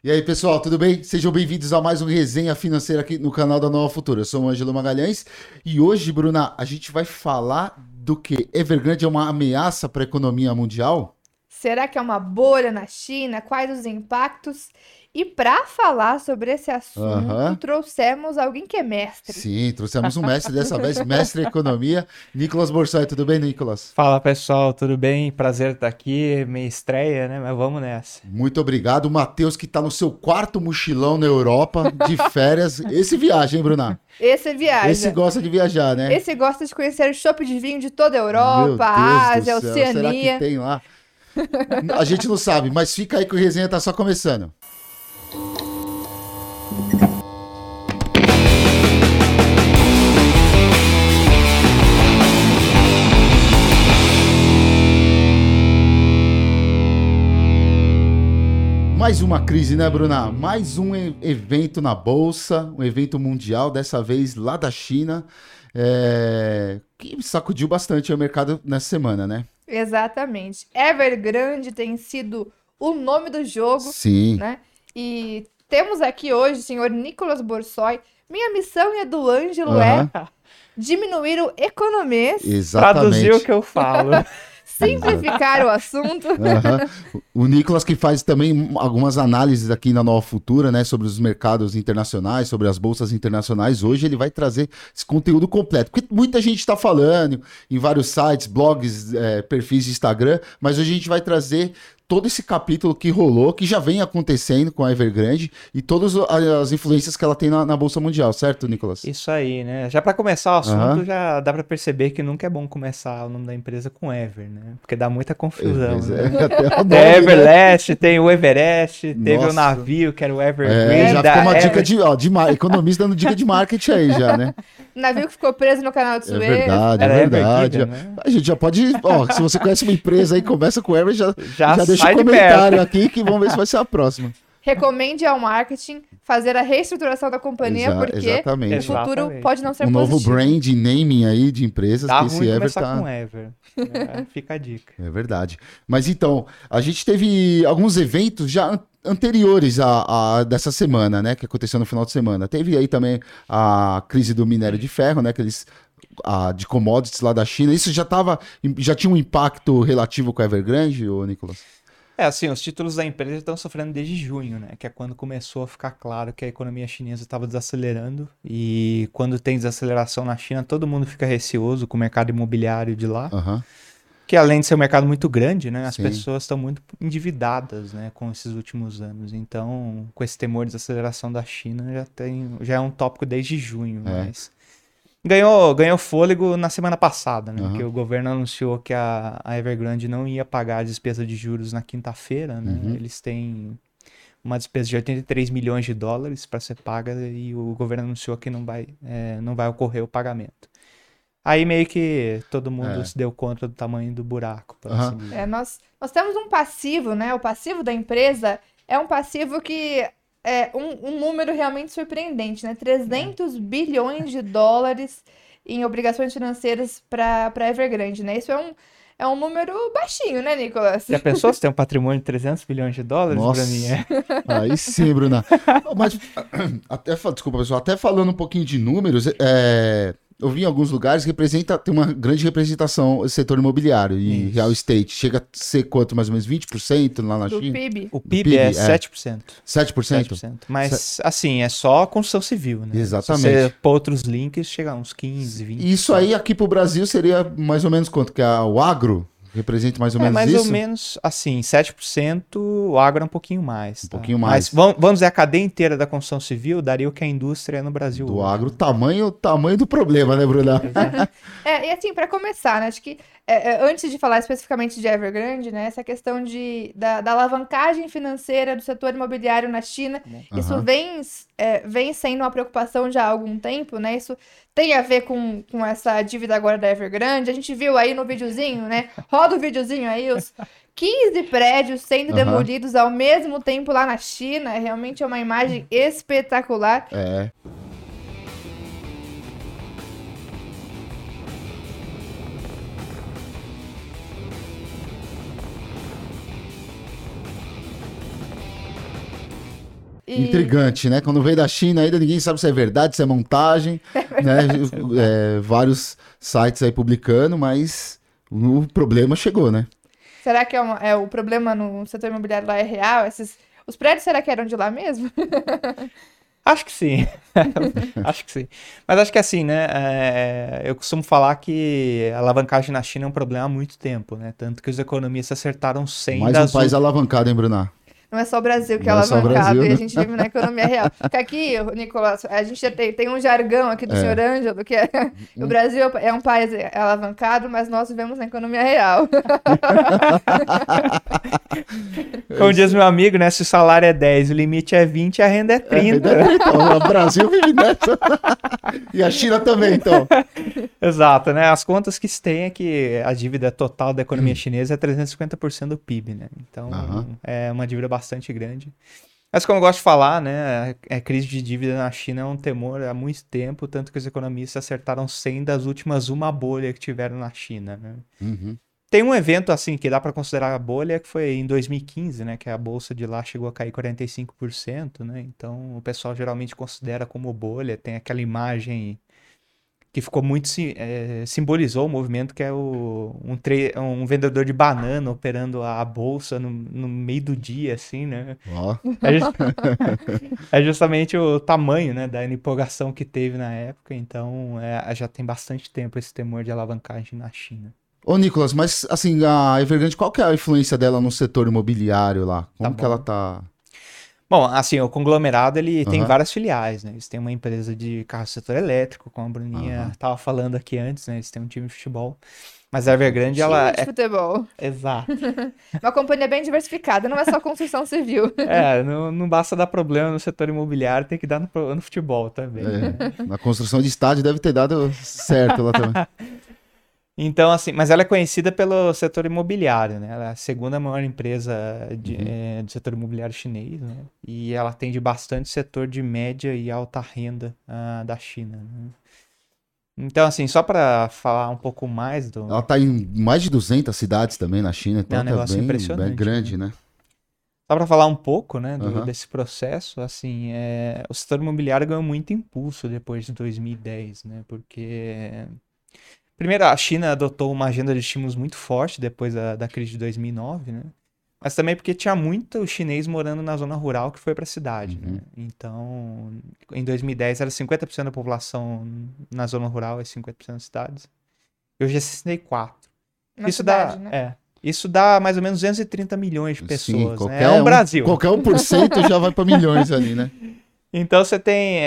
E aí, pessoal, tudo bem? Sejam bem-vindos a mais um Resenha Financeira aqui no canal da Nova Futura. Eu sou o Ângelo Magalhães e hoje, Bruna, a gente vai falar do que Evergrande é uma ameaça para a economia mundial? Será que é uma bolha na China? Quais os impactos? E para falar sobre esse assunto, trouxemos alguém que é mestre. Sim, trouxemos um mestre dessa vez, mestre em economia, Nicolas Borsoi. Tudo bem, Nicolas? Fala, pessoal, tudo bem? Prazer estar aqui, minha estreia, né? Mas vamos nessa. Muito obrigado. O Matheus, que está no seu quarto mochilão na Europa, de férias. Esse viaja, hein, Bruna? Esse viaja. Esse gosta de viajar, né? Esse gosta de conhecer o chopp de vinho de toda a Europa, Meu Deus Ásia, do céu, Oceania. será que tem lá? A gente não sabe, mas fica aí que o Resenha tá só começando. Mais uma crise, né, Bruna? Mais um evento na Bolsa, um evento mundial, dessa vez lá da China, que sacudiu bastante o mercado nessa semana, né? Exatamente. Evergrande tem sido o nome do jogo. Sim. Né? E temos aqui hoje o senhor Nicolas Borsoi. Minha missão e a do Ângelo é diminuir o economês. Exatamente. Traduzir o que eu falo. Simplificar o assunto. O Nicolas que faz também algumas análises aqui na Nova Futura, né, sobre os mercados internacionais, sobre as bolsas internacionais. Hoje ele vai trazer esse conteúdo completo, porque muita gente está falando em vários sites, blogs, perfis de Instagram, mas hoje a gente vai trazer todo esse capítulo que rolou, que já vem acontecendo com a Evergrande e todas as influências que ela tem na Bolsa Mundial, certo, Nicolas? Isso aí, né? Já para começar o assunto, já dá para perceber que nunca é bom começar o nome da empresa com Ever, né? Porque dá muita confusão. Tem a Everlast, né? Tem o Everest, teve o navio que era o Evergreen. Já ficou uma dica de economista dando dica de marketing aí já, né? Navio que ficou preso no canal de Suez. É verdade, é verdade. Né? A gente já pode, se você conhece uma empresa aí, começa com o Ever, já deixa um comentário aqui que vamos ver se vai ser a próxima. Recomende ao marketing fazer a reestruturação da companhia, porque o futuro pode não ser positivo. Novo brand, naming aí de empresas. Dá que esse ruim Ever começar com Ever. Fica a dica. É verdade. Mas então, a gente teve alguns eventos já anteriores a dessa semana, né, que aconteceu no final de semana. Teve aí também a crise do minério de ferro, né, de commodities lá da China. Isso já tinha um impacto relativo com a Evergrande, ô Nicolas? Assim, os títulos da empresa estão sofrendo desde junho, né? Que é quando começou a ficar claro que a economia chinesa estava desacelerando. E quando tem desaceleração na China, todo mundo fica receoso com o mercado imobiliário de lá. Que além de ser um mercado muito grande, né? As pessoas estão muito endividadas, né? Com esses últimos anos. Então, com esse temor de desaceleração da China, já é um tópico desde junho, mas... Ganhou fôlego na semana passada, né? Que o governo anunciou que a Evergrande não ia pagar a despesa de juros na quinta-feira, né? Eles têm uma despesa de 83 milhões de dólares para ser paga e o governo anunciou que não vai ocorrer o pagamento. Aí meio que todo mundo se deu conta do tamanho do buraco. Nós temos um passivo, né? O passivo da empresa é um passivo que... um número realmente surpreendente, né? 300 bilhões de dólares em obrigações financeiras para a Evergrande, né? Isso é um número baixinho, né, Nicolas? Já pensou se tem um patrimônio de 300 bilhões de dólares? Nossa, pra mim? Aí sim, Bruna. Mas, desculpa, pessoal, até falando um pouquinho de números, eu vi em alguns lugares tem uma grande representação do setor imobiliário e real estate. Chega a ser quanto, mais ou menos 20% lá na China? PIB. O PIB é 7%. 7%? Mas, assim, é só construção civil, né? Exatamente. Se você pôr outros links, chega a uns 15, 20%. Isso aí aqui pro Brasil seria mais ou menos quanto? Que o agro representa mais ou menos mais isso? Mais ou menos, assim, 7%, o agro é um pouquinho mais. Um pouquinho mais. Mas vamos dizer, a cadeia inteira da construção civil daria o que a indústria é no Brasil do hoje. agro, tamanho do problema, né, Bruna? E assim, para começar, né, acho que antes de falar especificamente de Evergrande, né, essa questão da alavancagem financeira do setor imobiliário na China, isso vem sendo uma preocupação já há algum tempo, né, isso tem a ver com essa dívida agora da Evergrande. A gente viu aí no videozinho, né, roda o videozinho aí, os 15 prédios sendo demolidos ao mesmo tempo lá na China. Realmente é uma imagem espetacular. Intrigante, né? Quando veio da China, ainda ninguém sabe se é verdade, se é montagem, né? Vários sites aí publicando, mas o problema chegou, né? Será que o problema no setor imobiliário lá é real? Os prédios, será que eram de lá mesmo? Acho que sim. Acho que sim. Mas acho que assim, né? Eu costumo falar que a alavancagem na China é um problema há muito tempo, né? Tanto que os economistas acertaram 100 Mais um país alavancado, hein, Bruna? Não é só o Brasil que é Não é só o alavancado Brasil, e né? a gente vive na economia real. Porque aqui, Nicolas, a gente já tem um jargão aqui do senhor Ângelo, que é o Brasil é um país alavancado, mas nós vivemos na economia real. Como diz meu amigo, né? Se o salário é 10, o limite é 20, a renda é 30. Então, o Brasil vive nessa. E a China também, então. Exato, né? As contas que se tem é que a dívida total da economia chinesa é 350% do PIB, né? Então, é uma dívida bastante grande. Mas como eu gosto de falar, né? A crise de dívida na China é um temor há muito tempo, tanto que os economistas acertaram 100 das últimas uma bolha que tiveram na China, né? Tem um evento, assim, que dá para considerar a bolha, que foi em 2015, né? Que a bolsa de lá chegou a cair 45%, né? Então, o pessoal geralmente considera como bolha. Tem aquela imagem que ficou muito... simbolizou o movimento, que é um vendedor de banana operando a bolsa no meio do dia, assim, né? É justamente o tamanho, né? Da empolgação que teve na época. Então, já tem bastante tempo esse temor de alavancagem na China. Ô, Nicolas, mas assim, a Evergrande, qual que é a influência dela no setor imobiliário lá? Como que ela tá... Bom, assim, o conglomerado, ele tem várias filiais, né? Eles têm uma empresa de carro do setor elétrico, como a Bruninha tava falando aqui antes, né? Eles têm um time de futebol. Mas a Evergrande, ela... de futebol. Exato. Uma companhia bem diversificada, não é só construção civil. Não basta dar problema no setor imobiliário, tem que dar no futebol também. Né? Na construção de estádio deve ter dado certo lá também. Então, assim, mas ela é conhecida pelo setor imobiliário, né? Ela é a segunda maior empresa do setor imobiliário chinês, né? E ela atende bastante setor de média e alta renda da China, né? Então, assim, só para falar um pouco mais do... Ela tá em mais de 200 cidades também na China, então é um negócio impressionante, bem grande, né? Só para falar um pouco, né, desse processo, assim, o setor imobiliário ganhou muito impulso depois de 2010, né? Porque... Primeiro, a China adotou uma agenda de estímulos muito forte depois da crise de 2009, né? Mas também porque tinha muito chinês morando na zona rural que foi para a cidade, né? Então, em 2010 era 50% da população na zona rural e 50% nas cidades. E hoje é 64%. Isso dá mais ou menos 230 milhões de pessoas, né? É um Brasil. Qualquer 1% já vai para milhões ali, né? Então você tem...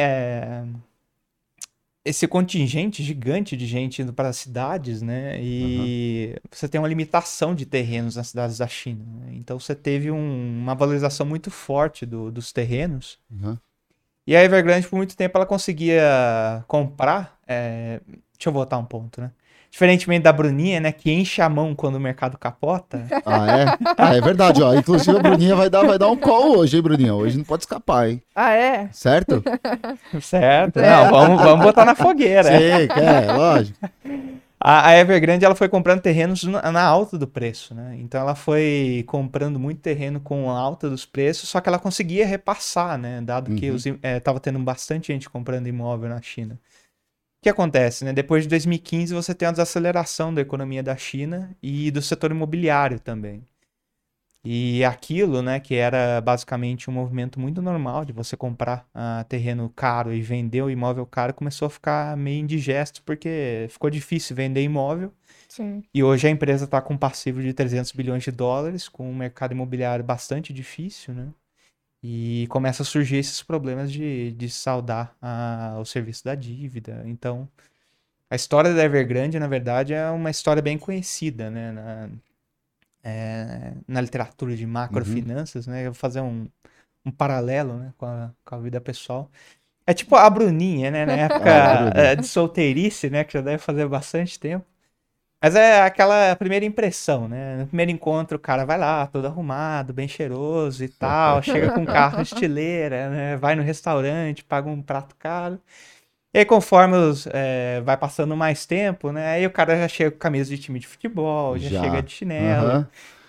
esse contingente gigante de gente indo para as cidades, né? E você tem uma limitação de terrenos nas cidades da China. Né? Então você teve uma valorização muito forte dos terrenos. E a Evergrande, por muito tempo, ela conseguia comprar... Deixa eu voltar um ponto, né? Diferentemente da Bruninha, né? Que enche a mão quando o mercado capota. É verdade, ó. Inclusive a Bruninha vai dar um call hoje, hein, Bruninha? Hoje não pode escapar, hein? Certo? Certo. Não, vamos botar na fogueira. Sim, lógico. A Evergrande, ela foi comprando terrenos na alta do preço, né? Então ela foi comprando muito terreno com a alta dos preços, só que ela conseguia repassar, né? Dado que tava tendo bastante gente comprando imóvel na China. O que acontece, né? Depois de 2015, você tem uma desaceleração da economia da China e do setor imobiliário também. E aquilo, né, que era basicamente um movimento muito normal de você comprar terreno caro e vender o imóvel caro, começou a ficar meio indigesto, porque ficou difícil vender imóvel. Sim. E hoje a empresa está com um passivo de 300 bilhões de dólares, com um mercado imobiliário bastante difícil, né? E começa a surgir esses problemas de saldar o serviço da dívida. Então, a história da Evergrande, na verdade, é uma história bem conhecida, né? Na literatura de macrofinanças, né? Eu vou fazer um paralelo, né, com a vida pessoal. É tipo a Bruninha, né? Na época de solteirice, né? Que já deve fazer bastante tempo. Mas é aquela primeira impressão, né? No primeiro encontro, o cara vai lá, todo arrumado, bem cheiroso e tal, chega com um carro de estileira, né? Vai no restaurante, paga um prato caro. E aí, conforme vai passando mais tempo, né? Aí o cara já chega com camisa de time de futebol, já chega de chinelo.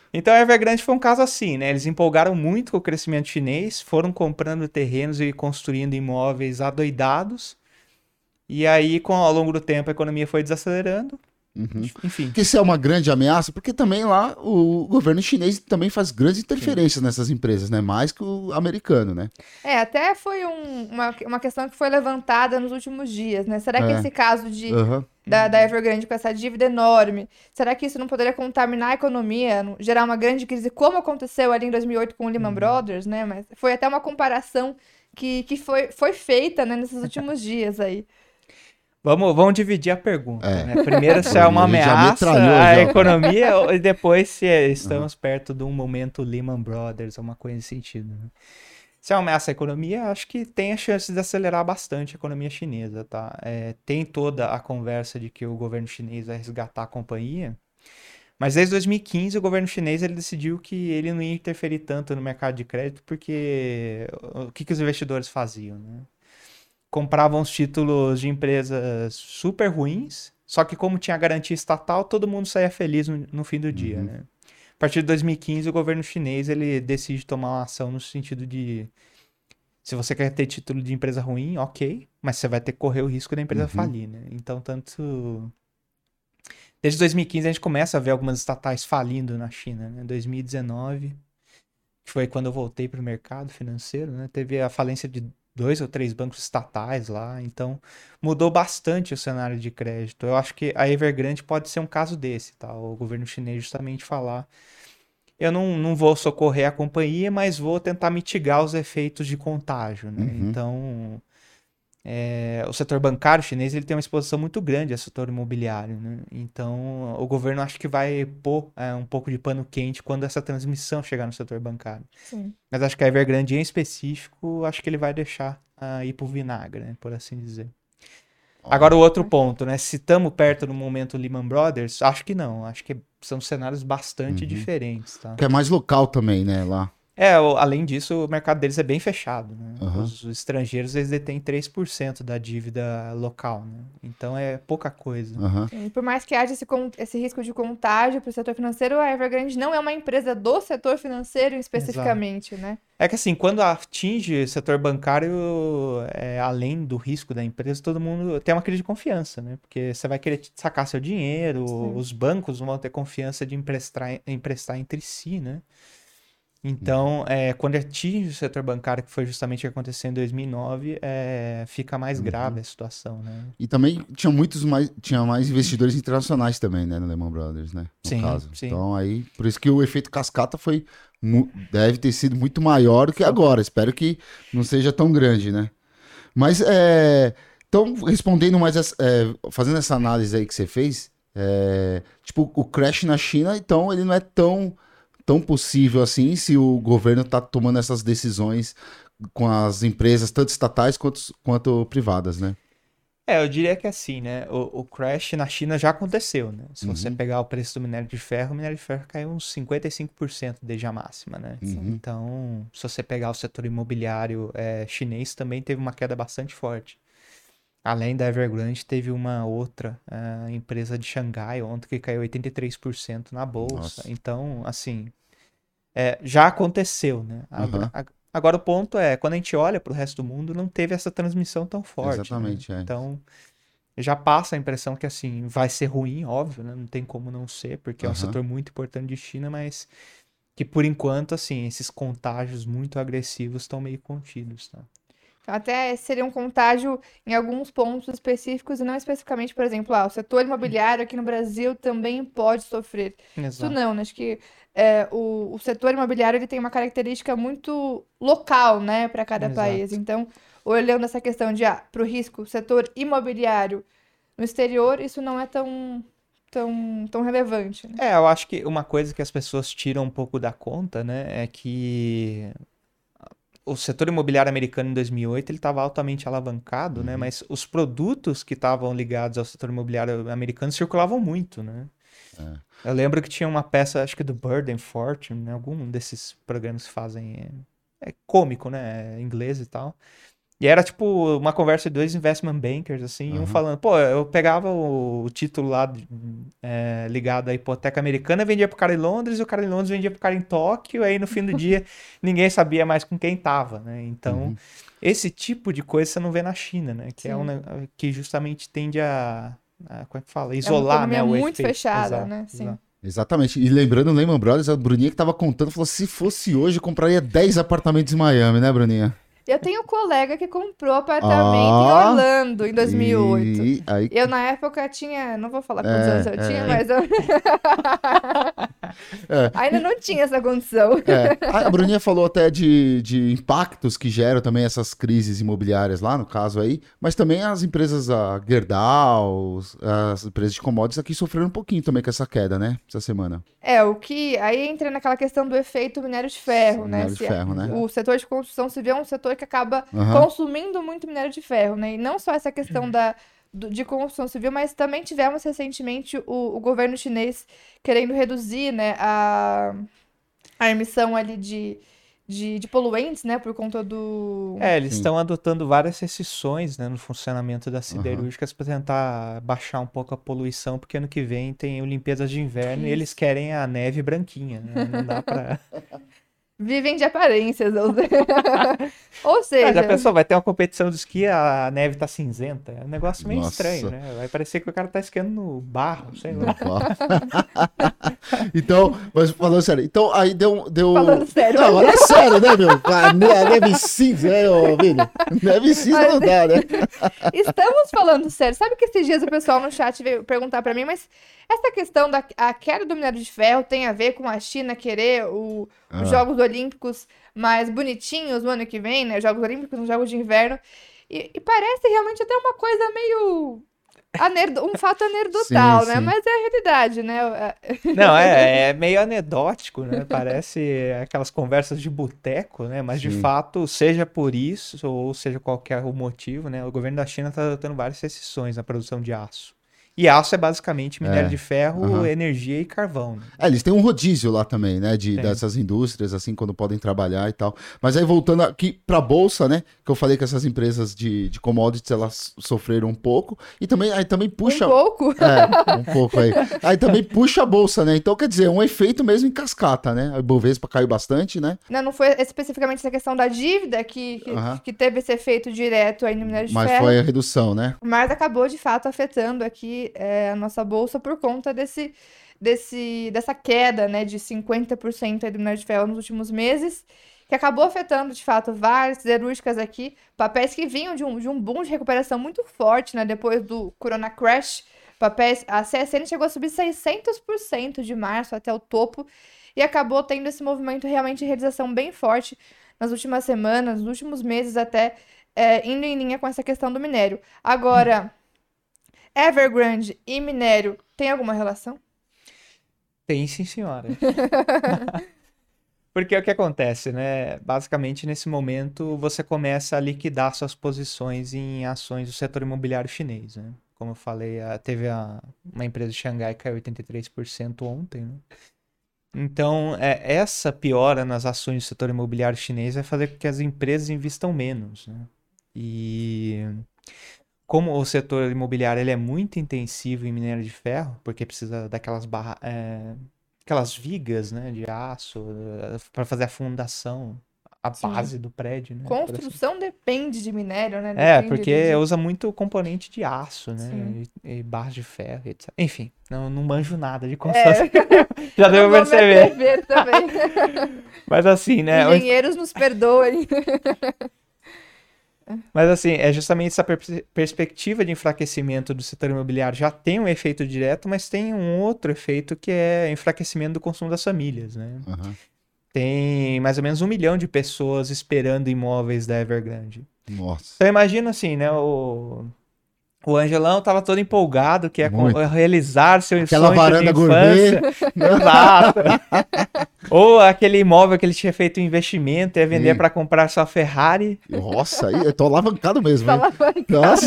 Então a Evergrande foi um caso assim, né? Eles empolgaram muito com o crescimento chinês, foram comprando terrenos e construindo imóveis adoidados. E aí, ao longo do tempo, a economia foi desacelerando. Enfim. Porque isso é uma grande ameaça, porque também lá o governo chinês também faz grandes interferências nessas empresas, né? Mais que o americano, né? Até foi uma questão que foi levantada nos últimos dias, né? Será que esse caso da Evergrande com essa dívida enorme, será que isso não poderia contaminar a economia, gerar uma grande crise, como aconteceu ali em 2008 com o Lehman Brothers, né? Mas foi até uma comparação que foi feita, né, nesses últimos dias aí. Vamos dividir a pergunta, né? Primeiro se é uma ameaça à economia e depois se estamos perto de um momento Lehman Brothers, uma coisa nesse sentido, né? Se é uma ameaça à economia, acho que tem a chance de acelerar bastante a economia chinesa, tá? Tem toda a conversa de que o governo chinês vai resgatar a companhia, mas desde 2015 o governo chinês ele decidiu que ele não ia interferir tanto no mercado de crédito, porque o que os investidores faziam, né? Compravam os títulos de empresas super ruins, só que como tinha garantia estatal, todo mundo saía feliz no fim do dia, né? A partir de 2015, o governo chinês ele decide tomar uma ação no sentido de se você quer ter título de empresa ruim, ok, mas você vai ter que correr o risco da empresa falir, né? Então, desde 2015 a gente começa a ver algumas estatais falindo na China, né? 2019, que foi quando eu voltei para o mercado financeiro, né? Teve a falência de 2 ou 3 bancos estatais lá, então mudou bastante o cenário de crédito. Eu acho que a Evergrande pode ser um caso desse, tá? O governo chinês justamente falar, eu não vou socorrer a companhia, mas vou tentar mitigar os efeitos de contágio, né? Então, o setor bancário chinês ele tem uma exposição muito grande ao setor imobiliário, né? Então, o governo acho que vai pôr um pouco de pano quente quando essa transmissão chegar no setor bancário. Sim. Mas acho que a Evergrande em específico, acho que ele vai deixar ir pro vinagre, né? Por assim dizer. Agora o outro ponto, né? Se estamos perto do momento Lehman Brothers, acho que não. Acho que são cenários bastante diferentes, tá? Que é mais local também, né, lá. Além disso, o mercado deles é bem fechado, né? Os estrangeiros, eles detêm 3% da dívida local, né? Então é pouca coisa. E por mais que haja esse risco de contágio para o setor financeiro, a Evergrande não é uma empresa do setor financeiro especificamente, né? É que assim, quando atinge o setor bancário, além do risco da empresa, todo mundo tem uma crise de confiança, né? Porque você vai querer sacar seu dinheiro, os bancos não vão ter confiança de emprestar entre si, né? Então, quando atinge o setor bancário, que foi justamente o que aconteceu em 2009, fica mais grave a situação, né? E também tinha mais investidores internacionais também, né, no Lehman Brothers, né? No caso. Sim. Então, aí, por isso que o efeito cascata deve ter sido muito maior do que agora. Espero que não seja tão grande, né? Mas, então, respondendo mais, fazendo essa análise aí que você fez, tipo, o crash na China, então, ele não é tão possível assim se o governo está tomando essas decisões com as empresas, tanto estatais quanto privadas, né? Eu diria que assim, né? O crash na China já aconteceu, né? Se você pegar o preço do minério de ferro, o minério de ferro caiu uns 55% desde a máxima, né? Então, se você pegar o setor imobiliário chinês, também teve uma queda bastante forte. Além da Evergrande, teve uma outra empresa de Xangai ontem que caiu 83% na bolsa. Nossa. Então, assim, já aconteceu, né? Agora o ponto quando a gente olha para o resto do mundo, não teve essa transmissão tão forte. Exatamente, né? Então, já passa a impressão que, assim, vai ser ruim, óbvio, né? Não tem como não ser, porque é um setor muito importante de China, mas que, por enquanto, assim, esses contágios muito agressivos estão meio contidos, tá? Até seria um contágio em alguns pontos específicos e não especificamente, por exemplo, o setor imobiliário aqui no Brasil também pode sofrer. Exato. Isso não, né? Acho que o setor imobiliário ele tem uma característica muito local, né, para cada país. Então, olhando essa questão de, para o risco, setor imobiliário no exterior, isso não é tão relevante, né? Eu acho que uma coisa que as pessoas tiram um pouco da conta, né, é que o setor imobiliário americano em 2008 ele estava altamente alavancado, né? Mas os produtos que estavam ligados ao setor imobiliário americano circulavam muito, né? Eu lembro que tinha uma peça, acho que do Bird and Fortune, né? Algum desses programas que fazem... É cômico, né? É inglês e tal. E era tipo uma conversa de 2 investment bankers, assim, um falando, pô, eu pegava o título lá ligado à hipoteca americana, vendia pro cara em Londres, e o cara em Londres vendia pro cara em Tóquio, aí no fim do dia ninguém sabia mais com quem tava, né? Então, esse tipo de coisa você não vê na China, né? Que que justamente tende como é que fala? Isolar, né? É O muito efeito. fechada, Exato, né? Sim. exato. Exatamente. E lembrando o Lehman Brothers, a Bruninha que tava contando, falou, se fosse hoje, eu compraria 10 apartamentos em Miami, né, Bruninha? Eu tenho um colega que comprou apartamento em Orlando em 2008. Eu, na época, tinha... Não vou falar quantos anos eu tinha, mas eu... ainda não tinha essa condição. A Bruninha falou até de impactos que geram também essas crises imobiliárias lá, no caso aí, mas também as empresas, a Gerdau, as empresas de commodities aqui sofreram um pouquinho também com essa queda, né, essa semana. O que... Aí entra naquela questão do efeito minério de ferro, né? Minério de ferro, né? O setor de construção civil é um setor que acaba consumindo muito minério de ferro, né? E não só essa questão de construção civil, mas também tivemos recentemente o governo chinês querendo reduzir, né, a emissão ali de poluentes, né, por conta do... Eles estão adotando várias restrições, né, no funcionamento das siderúrgicas para tentar baixar um pouco a poluição, porque ano que vem tem Olimpíadas de Inverno e eles querem a neve branquinha, né? Não dá pra... Vivem de aparências. Ou seja... Já pensou, vai ter uma competição de esqui, a neve tá cinzenta. É um negócio meio estranho, né? Vai parecer que o cara tá esquiando no barro, sei lá. Então, mas falando sério, então aí deu... Falando sério. Não, agora é sério, né, meu? A neve cinza, né, ô, Vini? Neve cinza não dá, né? Estamos falando sério. Sabe que esses dias o pessoal no chat veio perguntar pra mim, mas essa questão da queda do minério de ferro tem a ver com a China querer os Jogos Olímpicos mais bonitinhos no ano que vem, né? Os Jogos Olímpicos, os Jogos de Inverno. E parece realmente até uma coisa meio... um fato anedotal, né? Mas é a realidade, né? Não, é meio anedótico, né? Parece aquelas conversas de boteco, né? Mas de fato, seja por isso, ou seja qualquer o motivo, né? O governo da China está adotando várias restrições na produção de aço. E aço é basicamente minério de ferro, energia e carvão. Né? Eles têm um rodízio lá também, né? Dessas indústrias, assim, quando podem trabalhar e tal. Mas aí, voltando aqui pra Bolsa, né? Que eu falei que essas empresas de commodities, elas sofreram um pouco. E também, aí também puxa... Um pouco? Um pouco aí. Aí também puxa a Bolsa, né? Então, quer dizer, é um efeito mesmo em cascata, né? A Ibovespa caiu bastante, né? Não foi especificamente essa questão da dívida que teve esse efeito direto aí no minério de ferro. Mas foi a redução, né? Mas acabou, de fato, afetando aqui a nossa bolsa por conta dessa queda, né, de 50% aí do minério de ferro nos últimos meses, que acabou afetando, de fato, várias siderúrgicas aqui, papéis que vinham de um boom de recuperação muito forte, né, depois do Corona Crash. Papéis, a CSN chegou a subir 600% de março até o topo e acabou tendo esse movimento realmente de realização bem forte nas últimas semanas, nos últimos meses até, indo em linha com essa questão do minério. Agora... Evergrande e minério tem alguma relação? Tem, sim, senhora. Porque é o que acontece, né? Basicamente, nesse momento, você começa a liquidar suas posições em ações do setor imobiliário chinês, né? Como eu falei, teve uma empresa de Xangai que caiu 83% ontem, né? Então, essa piora nas ações do setor imobiliário chinês vai fazer com que as empresas investam menos, né? E... como o setor imobiliário ele é muito intensivo em minério de ferro, porque precisa daquelas aquelas vigas, né, de aço para fazer a fundação, a base do prédio. Né, construção depende de minério, né? Depende porque usa muito componente de aço, né? E barras de ferro, etc. Enfim, não manjo nada de construção. Já deu pra perceber. Também. Mas assim, né? Engenheiros nos perdoem. Mas assim, é justamente essa perspectiva de enfraquecimento do setor imobiliário já tem um efeito direto, mas tem um outro efeito que é enfraquecimento do consumo das famílias, né? Tem mais ou menos 1 milhão de pessoas esperando imóveis da Evergrande. Nossa. Então imagina assim, né? O Angelão tava todo empolgado, que ia realizar seu sonho de infância. Varanda gourmet. Exato. Ou aquele imóvel que ele tinha feito um investimento e ia vender para comprar sua Ferrari. Nossa, aí eu tô alavancado mesmo, Tá hein? alavancado. Nossa.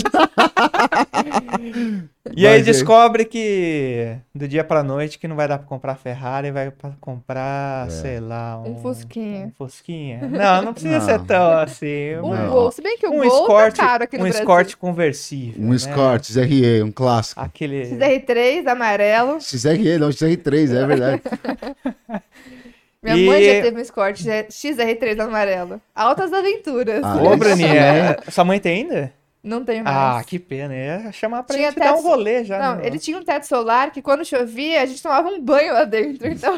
E aí Mas descobre que do dia pra noite que não vai dar pra comprar Ferrari, vai pra comprar, sei lá, Um Fusquinha. um Fusquinha. Não precisa ser Não. tão assim, Um mas Gol. Se bem que o um Gol Escort, tá caro aqui no um Brasil. Escort conversível, Um né? Escort, XRE, um clássico. Aquele XR3 amarelo. XRE, não, XR3, é verdade. Minha mãe já teve um Escort XR3 amarelo. Altas aventuras. Ah, Ô, Aí Bruninha, sua mãe tem ainda? Não tenho Ah, mais. que pena. Ia chamar pra Tinha gente dar um teto- rolê já. Não, né? ele tinha um teto solar que quando chovia a gente tomava um banho lá dentro. Então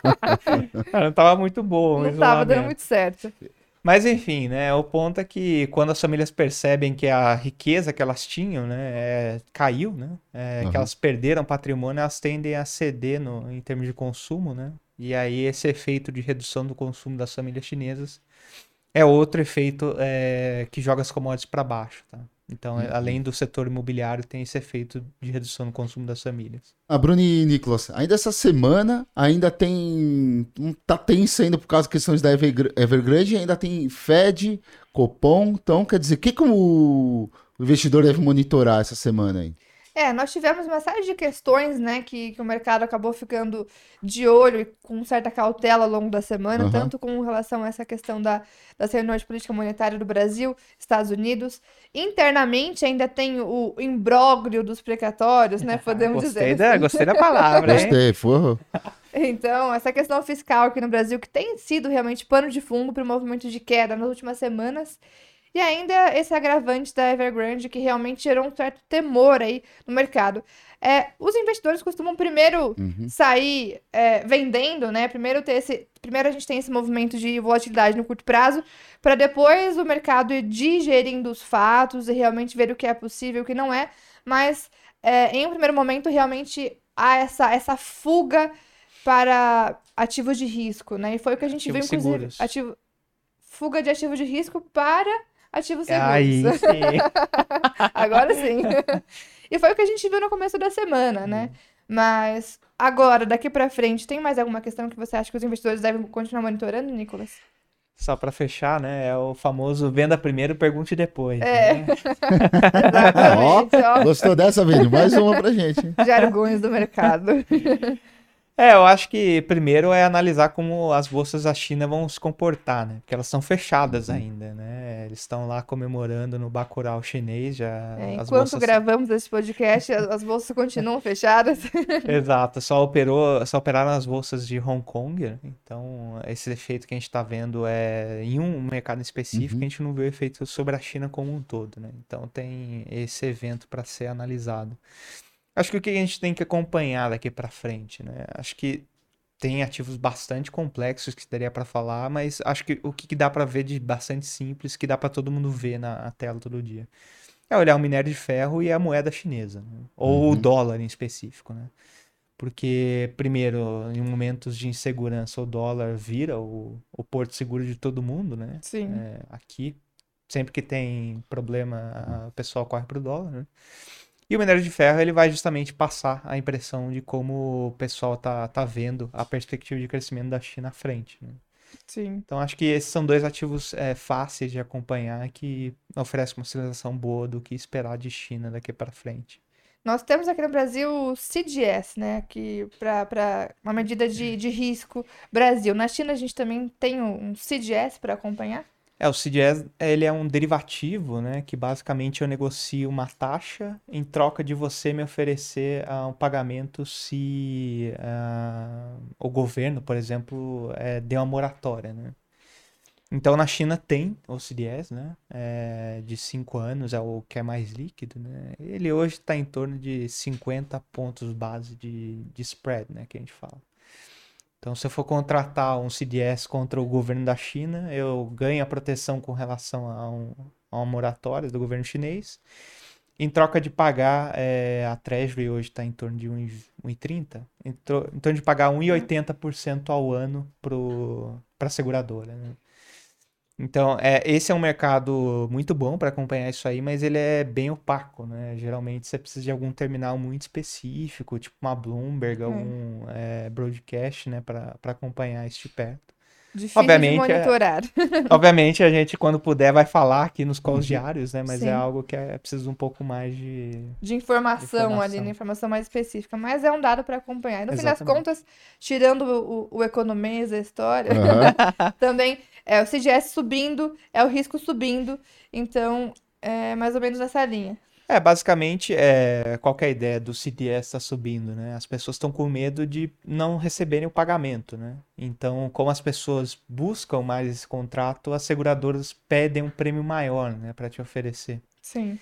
Não tava muito bom o não tava dando isolamento. muito certo. Mas enfim, né? O ponto é que quando as famílias percebem que a riqueza que elas tinham, né, caiu, né? Que elas perderam patrimônio, elas tendem a ceder em termos de consumo, né? E aí esse efeito de redução do consumo das famílias chinesas é outro efeito que joga as commodities para baixo, tá? Então, além do setor imobiliário, tem esse efeito de redução no consumo das famílias. Bruni e Nicolas, ainda essa semana ainda tem. Tá tenso ainda por causa de questões da Evergrande, ainda tem Fed, Copom. Então, quer dizer, o que o investidor deve monitorar essa semana aí? Nós tivemos uma série de questões, né, que o mercado acabou ficando de olho e com certa cautela ao longo da semana, Aham. tanto com relação a essa questão das reuniões de política monetária do Brasil, Estados Unidos. Internamente ainda tem o imbróglio dos precatórios, né, podemos dizer assim. Gostei da palavra, hein? Gostei, foi. Então, essa questão fiscal aqui no Brasil, que tem sido realmente pano de fundo para o movimento de queda nas últimas semanas. E ainda esse agravante da Evergrande, que realmente gerou um certo temor aí no mercado. Os investidores costumam primeiro sair vendendo, né? Primeiro a gente tem esse movimento de volatilidade no curto prazo, para depois o mercado ir digerindo os fatos e realmente ver o que é possível e o que não é. Mas em um primeiro momento, realmente há essa fuga para ativos de risco, né? E foi o que a gente viu, inclusive. Seguros. Fuga de ativo de risco para ativos seguros. Aí sim. Agora sim. E foi o que a gente viu no começo da semana, né? Mas agora, daqui pra frente, tem mais alguma questão que você acha que os investidores devem continuar monitorando, Nicolas? Só para fechar, né? É o famoso venda primeiro, pergunte depois. É. Né? Exatamente, ó. Gostou dessa, Vini? Mais uma pra gente, hein? Jargões do mercado. Eu acho que primeiro é analisar como as bolsas da China vão se comportar, né? Porque elas estão fechadas ainda, né? Eles estão lá comemorando no Bacurau chinês já. Enquanto as bolsas... gravamos esse podcast, as bolsas continuam fechadas. Exato, só operaram as bolsas de Hong Kong, né? Então esse efeito que a gente está vendo é em um mercado específico, a gente não vê o efeito sobre a China como um todo, né? Então tem esse evento para ser analisado. Acho que o que a gente tem que acompanhar daqui para frente, né? Acho que tem ativos bastante complexos que daria para falar, mas acho que o que dá para ver de bastante simples, que dá para todo mundo ver na tela todo dia, é olhar o minério de ferro e a moeda chinesa, né? Ou o dólar em específico, né? Porque, primeiro, em momentos de insegurança, o dólar vira o porto seguro de todo mundo, né? Sim. Aqui, sempre que tem problema, o pessoal corre pro dólar, né? E o minério de ferro, ele vai justamente passar a impressão de como o pessoal tá vendo a perspectiva de crescimento da China à frente, né? Sim. Então, acho que esses são dois ativos fáceis de acompanhar que oferecem uma sinalização boa do que esperar de China daqui para frente. Nós temos aqui no Brasil o CDS, né? Que para uma medida de risco Brasil. Na China a gente também tem um CDS para acompanhar? O CDS, ele é um derivativo, né? Que basicamente eu negocio uma taxa em troca de você me oferecer um pagamento se o governo, por exemplo, der uma moratória, né? Então, na China tem o CDS, né? De 5 anos, é o que é mais líquido, né? Ele hoje está em torno de 50 pontos base de spread, né? Que a gente fala. Então, se eu for contratar um CDS contra o governo da China, eu ganho a proteção com relação a uma moratória do governo chinês. Em troca de pagar, a Treasury hoje está em torno de 1,30, em torno de pagar 1,80% ao ano para a seguradora, né? Então, esse é um mercado muito bom para acompanhar isso aí, mas ele é bem opaco, né? Geralmente você precisa de algum terminal muito específico, tipo uma Bloomberg, algum broadcast, né, para acompanhar isso de perto. Difícil de monitorar. Obviamente, a gente, quando puder, vai falar aqui nos calls diários, né? Mas é algo que precisa um pouco mais de informação ali, né? Informação mais específica. Mas é um dado para acompanhar. E no fim das contas, tirando o economês da história, também é o CDS subindo, é o risco subindo. Então, é mais ou menos nessa linha. Basicamente, qual que é a ideia do CDS estar subindo, né? As pessoas estão com medo de não receberem o pagamento, né? Então, como as pessoas buscam mais esse contrato, as seguradoras pedem um prêmio maior, né, para te oferecer. Sim.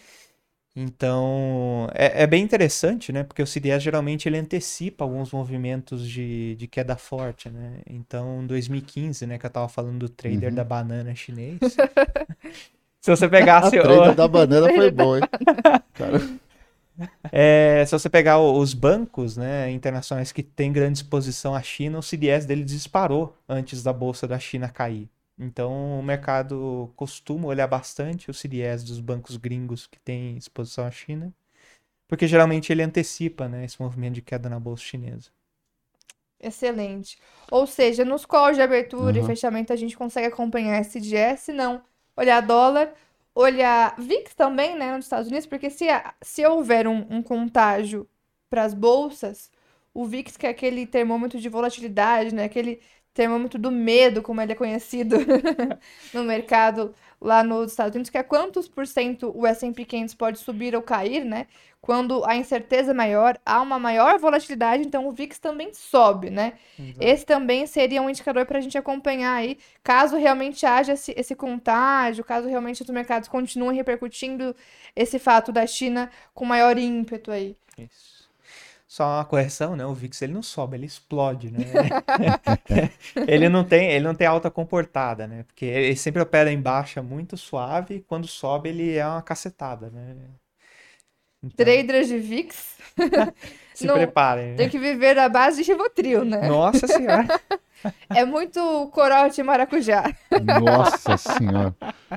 Então, é bem interessante, né? Porque o CDS geralmente ele antecipa alguns movimentos de queda forte, né? Então, em 2015, né, que eu tava falando do trader da banana chinês... Se você pegasse... A trader da banana foi bom, hein? Cara. Se você pegar os bancos, né, internacionais que têm grande exposição à China, o CDS dele disparou antes da bolsa da China cair. Então, o mercado costuma olhar bastante o CDS dos bancos gringos que têm exposição à China, porque geralmente ele antecipa, né, esse movimento de queda na bolsa chinesa. Excelente. Ou seja, nos calls de abertura e fechamento a gente consegue acompanhar esse CDS, não olhar dólar, olhar VIX também, né, nos Estados Unidos, porque se houver um contágio para as bolsas, o VIX, que é aquele termômetro de volatilidade, né, aquele termômetro do medo, como ele é conhecido no mercado lá nos Estados Unidos, que é quantos por cento o S&P 500 pode subir ou cair, né? Quando a incerteza é maior, há uma maior volatilidade, então o VIX também sobe, né? Exato. Esse também seria um indicador para a gente acompanhar aí, caso realmente haja esse contágio, caso realmente os mercados continuem repercutindo esse fato da China com maior ímpeto aí. Isso. Só uma correção, né? O VIX ele não sobe, ele explode, né? ele não tem alta comportada, né? Porque ele sempre opera em baixa muito suave e quando sobe ele é uma cacetada, né? Então... Traders de VIX se preparem. Tem que viver à base de Rivotril, né? Nossa senhora! É muito corote e maracujá. Nossa senhora.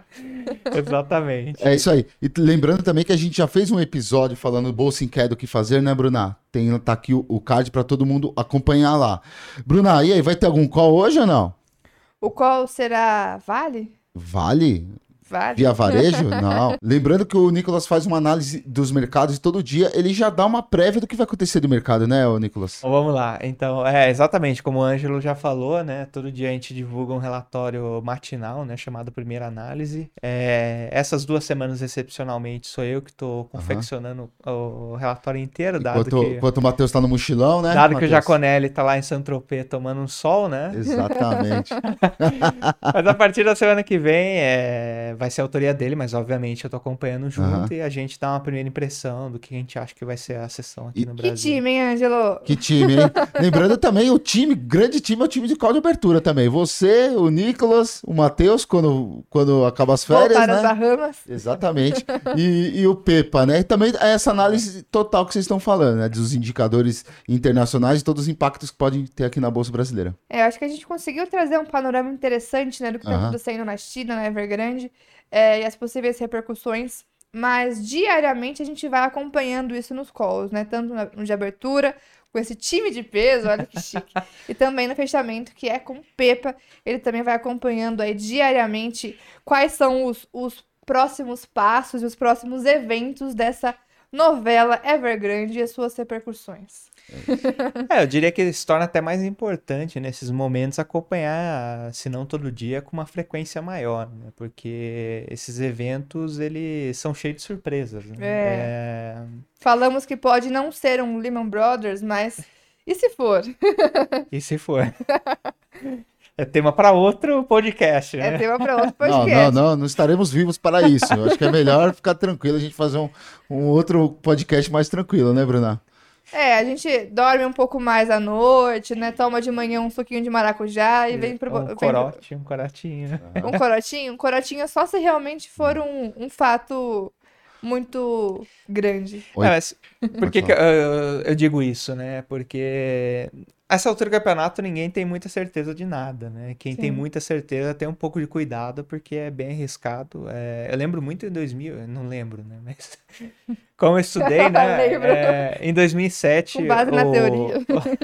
Exatamente. É isso aí. E lembrando também que a gente já fez um episódio falando Bolsa em Queda, o que fazer, né, Bruna? Tá aqui o card para todo mundo acompanhar lá. Bruna, e aí, vai ter algum call hoje ou não? O call será Vale? Vale? Via varejo? Não. Lembrando que o Nicolas faz uma análise dos mercados e todo dia ele já dá uma prévia do que vai acontecer do mercado, né, Nicolas? Então, vamos lá. Então, exatamente como o Ângelo já falou, né? Todo dia a gente divulga um relatório matinal, né? Chamado Primeira Análise. Essas 2 semanas, excepcionalmente, sou eu que estou confeccionando o relatório inteiro, enquanto o Matheus está no mochilão, né? Dado que o Jaconelli está lá em Saint-Tropez tomando um sol, né? Exatamente. Mas a partir da semana que vem, vai ser a autoria dele, mas obviamente eu tô acompanhando junto e a gente dá uma primeira impressão do que a gente acha que vai ser a sessão aqui no Brasil. Que time, hein, Ângelo? Que time, hein? Lembrando também, grande time é o time de call de abertura também. Você, o Nicolas, o Matheus, quando acaba as férias, voltar né? As Bahamas. Exatamente. E o Pepa, né? E também essa análise total que vocês estão falando, né? Dos indicadores internacionais e todos os impactos que podem ter aqui na Bolsa Brasileira. Eu acho que a gente conseguiu trazer um panorama interessante, né? Do que tá acontecendo na China, na Evergrande. E as possíveis repercussões, mas diariamente a gente vai acompanhando isso nos calls, né? Tanto no de abertura, com esse time de peso, olha que chique, e também no fechamento, que é com o Pepa. Ele também vai acompanhando aí diariamente quais são os próximos passos e os próximos eventos dessa novela Evergrande e as suas repercussões. Eu diria que se torna até mais importante nesses momentos acompanhar, se não todo dia, com uma frequência maior, né? Porque esses eventos, eles são cheios de surpresas, né? Falamos que pode não ser um Lehman Brothers, mas e se for? E se for? É tema para outro podcast, né? É tema para outro podcast. Não estaremos vivos para isso. Eu acho que é melhor ficar tranquilo, a gente fazer um outro podcast mais tranquilo, né, Bruna? A gente dorme um pouco mais à noite, né? Toma de manhã um suquinho de maracujá e vem pro... Um corotinho. Um corotinho só se realmente for um fato muito grande. Mas por que eu digo isso, né? Porque essa altura do campeonato ninguém tem muita certeza de nada, né? Quem tem muita certeza tem um pouco de cuidado, porque é bem arriscado. Eu lembro muito em 2000, eu não lembro, né? Mas como eu estudei, né? Em 2007... Com base na teoria.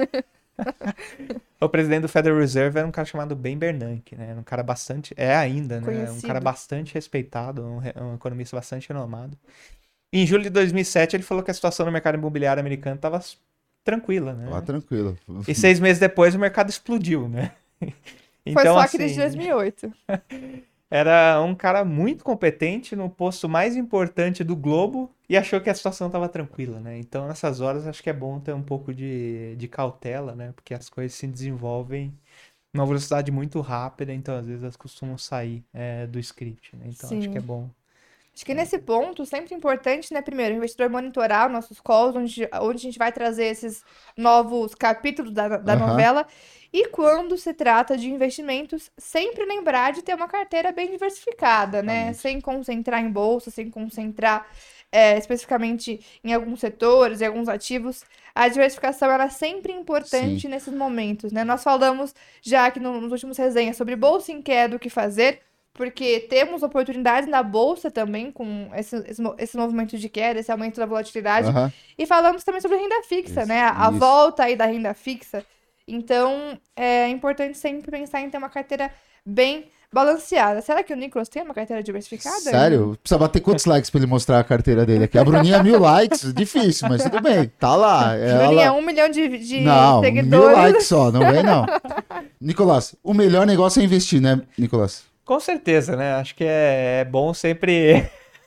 O presidente do Federal Reserve era um cara chamado Ben Bernanke, né? Um cara bastante... É ainda, né? Conhecido. Um cara bastante respeitado, um economista bastante renomado. Em julho de 2007, ele falou que a situação no mercado imobiliário americano estava tranquila, né? Tava tranquilo. E 6 meses depois, o mercado explodiu, né? Foi só a crise de 2008. Era um cara muito competente no posto mais importante do globo e achou que a situação estava tranquila, né? Então, nessas horas, acho que é bom ter um pouco de cautela, né? Porque as coisas se desenvolvem numa velocidade muito rápida, então, às vezes, elas costumam sair do script, né? Então, acho que é bom. Acho que nesse ponto, sempre importante, né? Primeiro, o investidor monitorar os nossos calls, onde a gente vai trazer esses novos capítulos da novela. E quando se trata de investimentos, sempre lembrar de ter uma carteira bem diversificada, né? Sem concentrar em bolsa, sem concentrar especificamente em alguns setores, em alguns ativos. A diversificação ela é sempre importante nesses momentos, né? Nós falamos já aqui nos últimos resenhas sobre bolsa em queda, o que fazer, porque temos oportunidades na bolsa também com esse movimento de queda, esse aumento da volatilidade. E falamos também sobre renda fixa, né? A volta aí da renda fixa. Então, é importante sempre pensar em ter uma carteira bem balanceada. Será que o Nicolas tem uma carteira diversificada? Sério? Precisa bater quantos likes pra ele mostrar a carteira dele aqui? A Bruninha, 1000 likes. Difícil, mas tudo bem. Tá lá. Bruninha, 1 milhão de não, seguidores. 1000 likes só. Não vem, não. Nicolas, o melhor negócio é investir, né, Nicolas? Com certeza, né? Acho que é bom sempre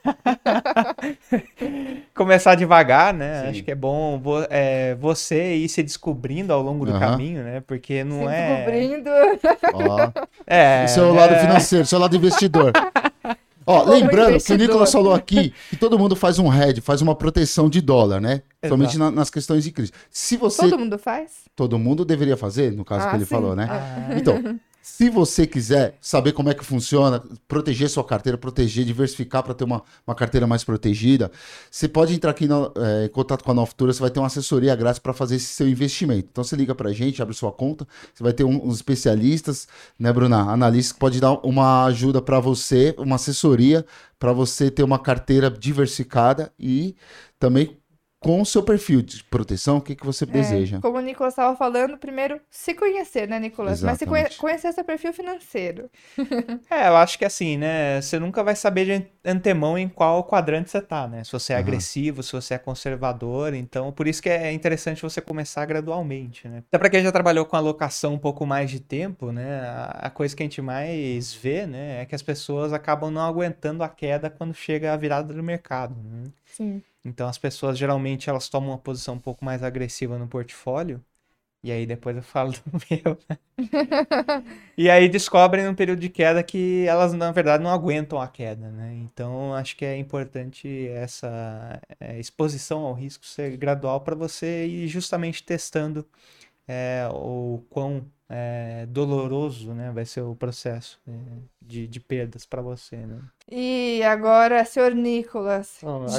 começar devagar, né? Acho que é bom você ir se descobrindo ao longo do caminho, né? Porque não se é... descobrindo. Esse é o lado financeiro, esse é o lado investidor. Ó, lembrando que o Nicolas falou aqui que todo mundo faz um hedge, faz uma proteção de dólar, né? Somente nas questões de crise. Se você... Todo mundo faz? Todo mundo deveria fazer, no caso que ele falou, né? Então, se você quiser saber como é que funciona, proteger sua carteira, diversificar para ter uma carteira mais protegida, você pode entrar aqui em contato com a Nova Futura, você vai ter uma assessoria grátis para fazer esse seu investimento. Então você liga para a gente, abre sua conta, você vai ter uns especialistas, né, Bruna? Analistas que pode dar uma ajuda para você, uma assessoria para você ter uma carteira diversificada e também com o seu perfil de proteção, o que você deseja. Como o Nicolas estava falando, primeiro se conhecer, né, Nicolas? Exatamente. Mas se conhecer seu perfil financeiro. Eu acho que assim, né? Você nunca vai saber de antemão em qual quadrante você tá, né? Se você é agressivo, se você é conservador. Então, por isso que é interessante você começar gradualmente, né? Até para quem já trabalhou com alocação um pouco mais de tempo, né? A coisa que a gente mais vê, né? É que as pessoas acabam não aguentando a queda quando chega a virada do mercado, né? Sim. Então as pessoas geralmente elas tomam uma posição um pouco mais agressiva no portfólio. E aí depois eu falo do meu, né? E aí descobrem num período de queda que elas na verdade não aguentam a queda, né? Então acho que é importante essa exposição ao risco ser gradual para você ir justamente testando o quão doloroso, né, vai ser o processo de perdas para você, né? E agora, senhor Nicolas,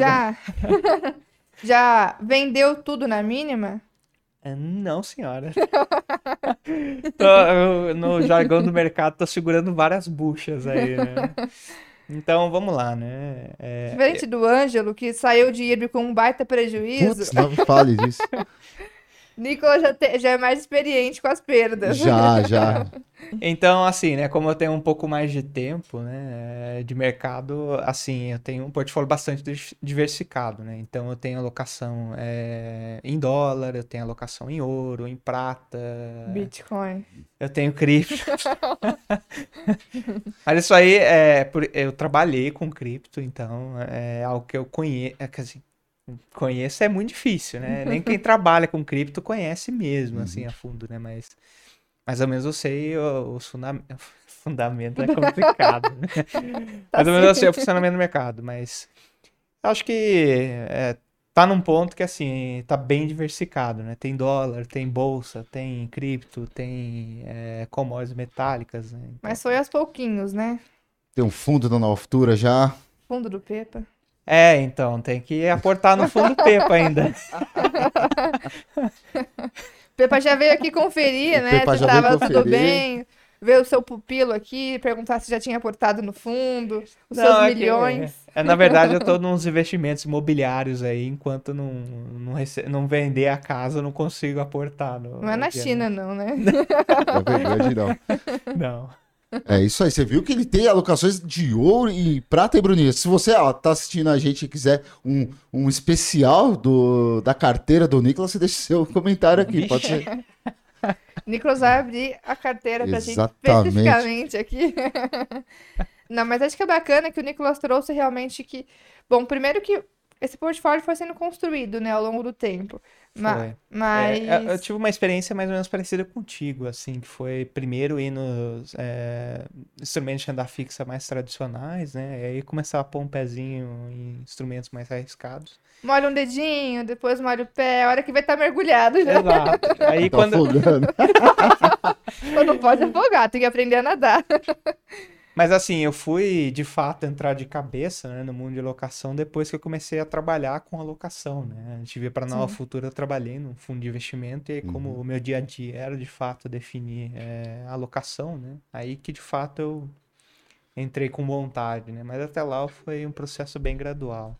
já vendeu tudo na mínima? Não, senhora. No jargão do mercado, tô segurando várias buchas aí, né? Então, vamos lá, né? Diferente do Ângelo, que saiu de IRB com um baita prejuízo. Putz, não me fale disso. Nicolas já é mais experiente com as perdas. Já. Então, assim, né, como eu tenho um pouco mais de tempo, né, de mercado, assim, eu tenho um portfólio bastante diversificado, né? Então, eu tenho alocação em dólar, eu tenho alocação em ouro, em prata... Bitcoin. Eu tenho cripto. Mas isso aí, eu trabalhei com cripto, então é algo que eu conheço, assim, conheço é muito difícil, né? Nem quem trabalha com cripto conhece mesmo, assim, a fundo, né? Mas mais ou menos eu sei os fundamentos, é complicado, né? Mais ou menos eu sei o funcionamento do mercado, mas acho que tá num ponto que, assim, tá bem diversificado, né? Tem dólar, tem bolsa, tem cripto, tem commodities metálicas, né? Então... Mas foi aos pouquinhos, né? Tem um fundo da Nova Futura já. Fundo do Pepa. Então, tem que aportar no fundo Pepa ainda. Pepa já veio aqui conferir, né? Pepa Se já veio tava tudo conferir. bem. Ver o seu pupilo aqui, perguntar se já tinha aportado no fundo, os Não, seus é que- milhões. na verdade, eu tô nos investimentos imobiliários aí, enquanto não vender a casa, eu não consigo aportar. Não é na China, não, né? É verdade, não. Não. É isso aí, você viu que ele tem alocações de ouro e prata e bruninha. Se você tá assistindo a gente e quiser um especial da carteira do Nicolas, você deixa seu comentário aqui, pode ser. Nicolas vai abrir a carteira pra gente Exatamente. especificamente aqui. Não, mas acho que é bacana que o Nicolas trouxe realmente que... Bom, primeiro que esse portfólio foi sendo construído, né, ao longo do tempo. Foi. Mas... Eu tive uma experiência mais ou menos parecida contigo, assim, que foi primeiro ir nos instrumentos de renda fixa mais tradicionais, né? E aí começar a pôr um pezinho em instrumentos mais arriscados. Molha um dedinho, depois molha o pé, a hora que vai estar mergulhado já. Exato. Aí Tá quando... afogando. Ou não pode afogar, tem que aprender a nadar. Mas assim, eu fui de fato entrar de cabeça, né, no mundo de alocação depois que eu comecei a trabalhar com alocação, né? A gente veio para Nova Futura, eu trabalhei num fundo de investimento e aí como o meu dia a dia era de fato definir alocação, né? Aí que de fato eu entrei com vontade, né? Mas até lá foi um processo bem gradual.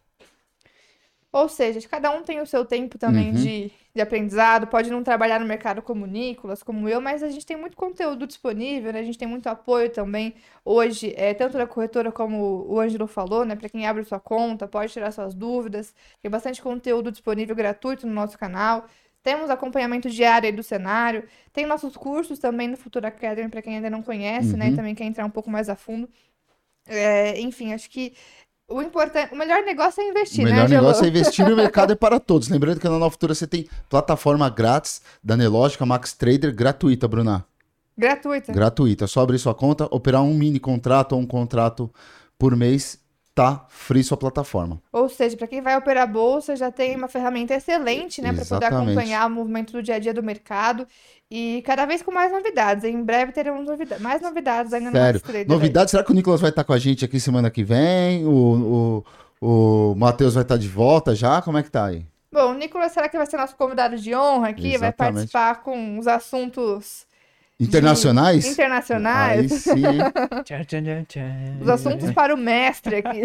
Ou seja, cada um tem o seu tempo também de aprendizado, pode não trabalhar no mercado como o Nicolas, como eu, mas a gente tem muito conteúdo disponível, né? A gente tem muito apoio também hoje, tanto da corretora como o Ângelo falou, né? Para quem abre sua conta, pode tirar suas dúvidas, tem bastante conteúdo disponível gratuito no nosso canal. Temos acompanhamento diário aí do cenário, tem nossos cursos também no Futura Academy, para quem ainda não conhece, né? E também quer entrar um pouco mais a fundo. Enfim, acho que o melhor negócio é investir, O né, melhor Angelo? negócio é investir e o mercado é para todos. Lembrando que na Nova Futura você tem plataforma grátis da Nelogica Max Trader gratuita, Bruna. Gratuita. Gratuita. É só abrir sua conta, operar um mini contrato ou um contrato por mês, tá free sua plataforma. Ou seja, para quem vai operar bolsa, já tem uma ferramenta excelente, né, para poder Exatamente. acompanhar o movimento do dia a dia do mercado e cada vez com mais novidades. Em breve teremos mais novidades ainda no Sério. Max Trader. Novidade, será que o Nicolas vai estar com a gente aqui semana que vem? O Matheus vai estar de volta já? Como é que tá aí? Bom, o Nicolas, será que vai ser nosso convidado de honra aqui? Vai Exatamente. participar com os assuntos Internacionais? internacionais? Aí sim. Tchan, tchan, tchan, tchan. Os assuntos para o mestre aqui.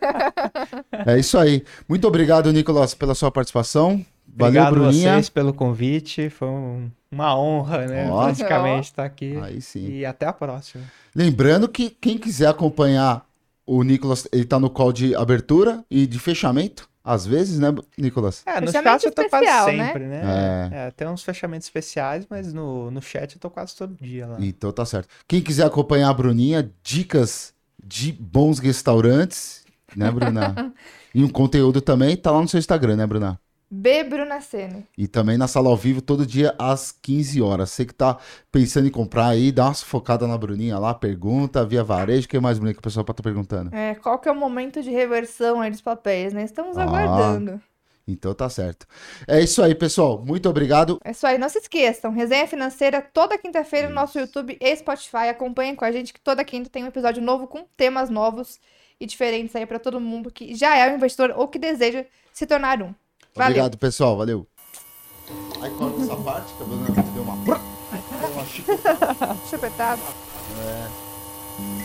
É isso aí. Muito obrigado, Nicolas, pela sua participação. Valeu, Obrigado Bruninha. vocês pelo convite, foi uma honra, né? Ó. Praticamente estar aqui. Aí sim. E até a próxima. Lembrando que quem quiser acompanhar o Nicolas, ele tá no call de abertura e de fechamento, às vezes, né, Nicolas? No Fechamento chat eu tô especial, quase né? sempre, né? Tem uns fechamentos especiais, mas no chat eu tô quase todo dia lá. Então tá certo. Quem quiser acompanhar a Bruninha, dicas de bons restaurantes, né, Bruna? E um conteúdo também, tá lá no seu Instagram, né, Bruna? B. Brunacene. E também na sala ao vivo, todo dia às 15 horas. Você que tá pensando em comprar aí, dá uma focada na Bruninha lá, pergunta via varejo. O que mais, Bruninha, que o pessoal tá perguntando? Qual que é o momento de reversão aí dos papéis, né? Estamos aguardando. Então tá certo. É isso aí, pessoal. Muito obrigado. É isso aí, não se esqueçam. Resenha Financeira toda quinta-feira no nosso YouTube e Spotify. Acompanhem com a gente que toda quinta tem um episódio novo com temas novos e diferentes aí pra todo mundo que já é um investidor ou que deseja se tornar um. Valeu. Obrigado, pessoal. Valeu. Aí corta essa parte, que a Bruna deu uma... Chupetada.